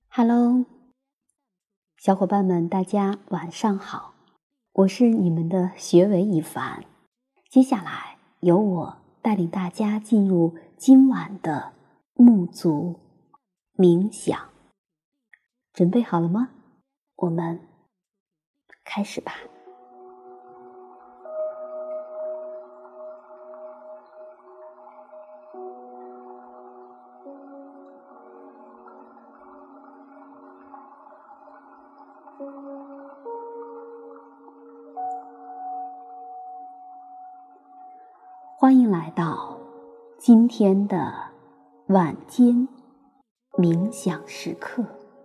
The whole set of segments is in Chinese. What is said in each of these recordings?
Hello， 小伙伴们，大家晚上好，我是你们的学伟一凡。接下来由我带领大家进入今晚的沐足冥想，准备好了吗？我们开始吧。欢迎来到今天的晚间冥想时刻。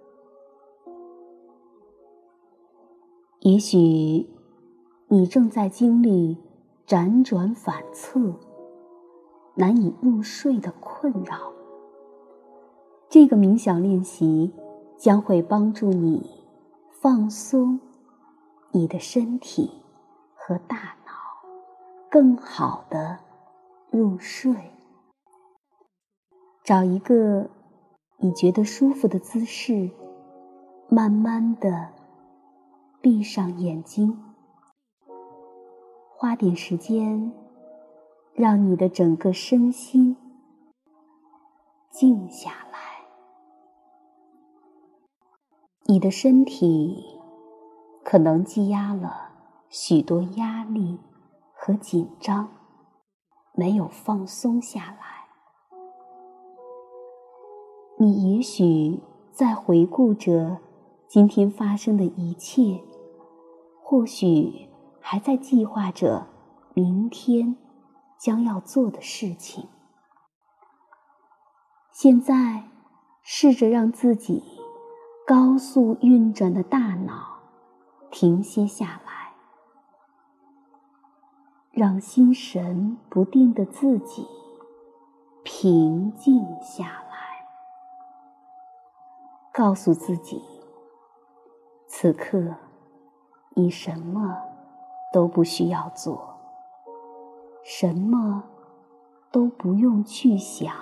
也许你正在经历辗转反侧、难以入睡的困扰，这个冥想练习将会帮助你放松你的身体和大脑，更好地入睡。找一个你觉得舒服的姿势，慢慢地闭上眼睛，花点时间让你的整个身心静下来。你的身体可能积压了许多压力和紧张，没有放松下来。你也许在回顾着今天发生的一切，或许还在计划着明天将要做的事情。现在试着让自己高速运转的大脑停歇下来，让心神不定的自己平静下来。告诉自己，此刻你什么都不需要做，什么都不用去想。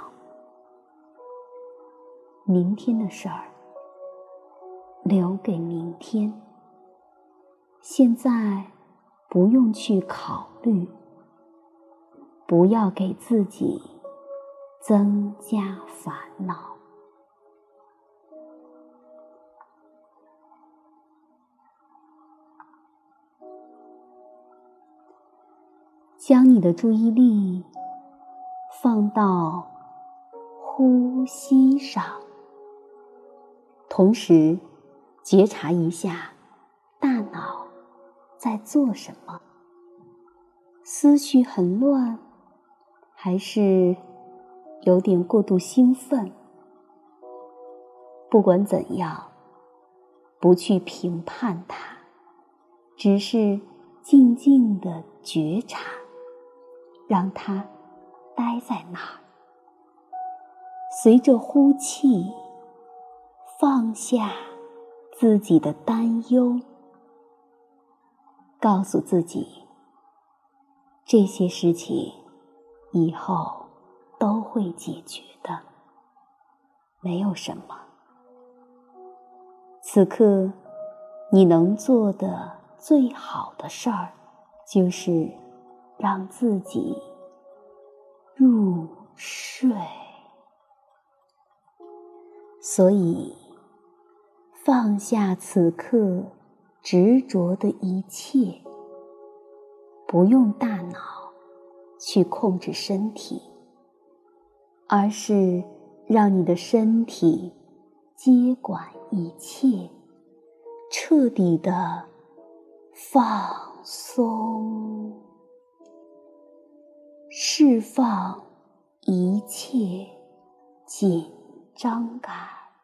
明天的事儿留给明天，现在不用去考虑，不要给自己增加烦恼。将你的注意力放到呼吸上，同时觉察一下大脑在做什么，思绪很乱，还是有点过度兴奋？不管怎样，不去评判它，只是静静地觉察，让它待在那儿。随着呼气，放下自己的担忧，告诉自己，这些事情以后都会解决的，没有什么。此刻你能做的最好的事儿，就是让自己入睡。所以放下此刻执着的一切，不用大脑去控制身体，而是让你的身体接管一切，彻底的放松，释放一切紧张感。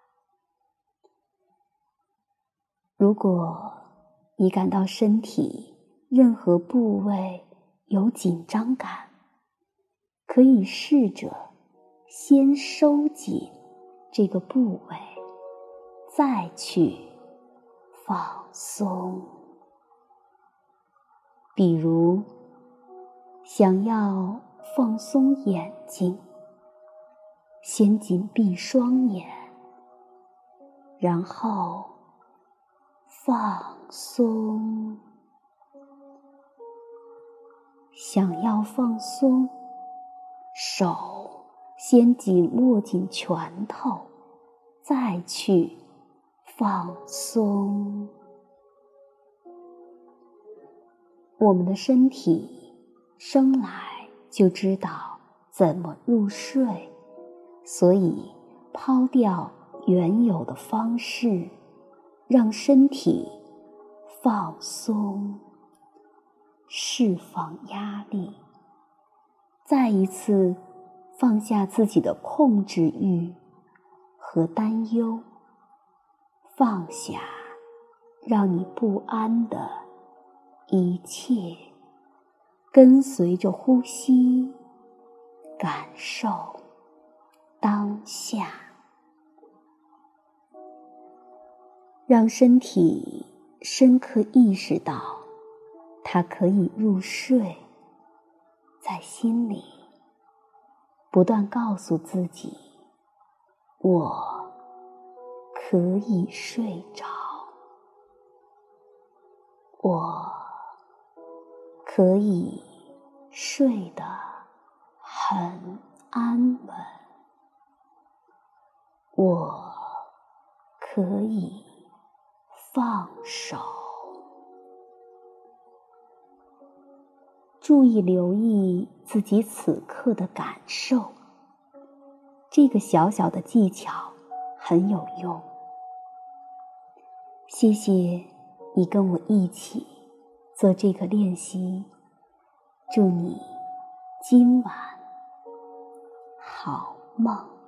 如果你感到身体任何部位有紧张感，可以试着先收紧这个部位，再去放松。比如想要放松眼睛，先紧闭双眼， 然后放松。想要放松，手先紧握紧拳头，再去放松。我们的身体生来就知道怎么入睡，所以抛掉原有的方式，让身体放松，释放压力，再一次放下自己的控制欲和担忧，放下让你不安的一切，跟随着呼吸，感受当下，让身体深刻意识到它可以入睡，在心里不断告诉自己，我可以睡着，我可以睡得很安稳，我可以放手。注意留意自己此刻的感受，这个小小的技巧很有用。谢谢你跟我一起做这个练习，祝你今晚好梦。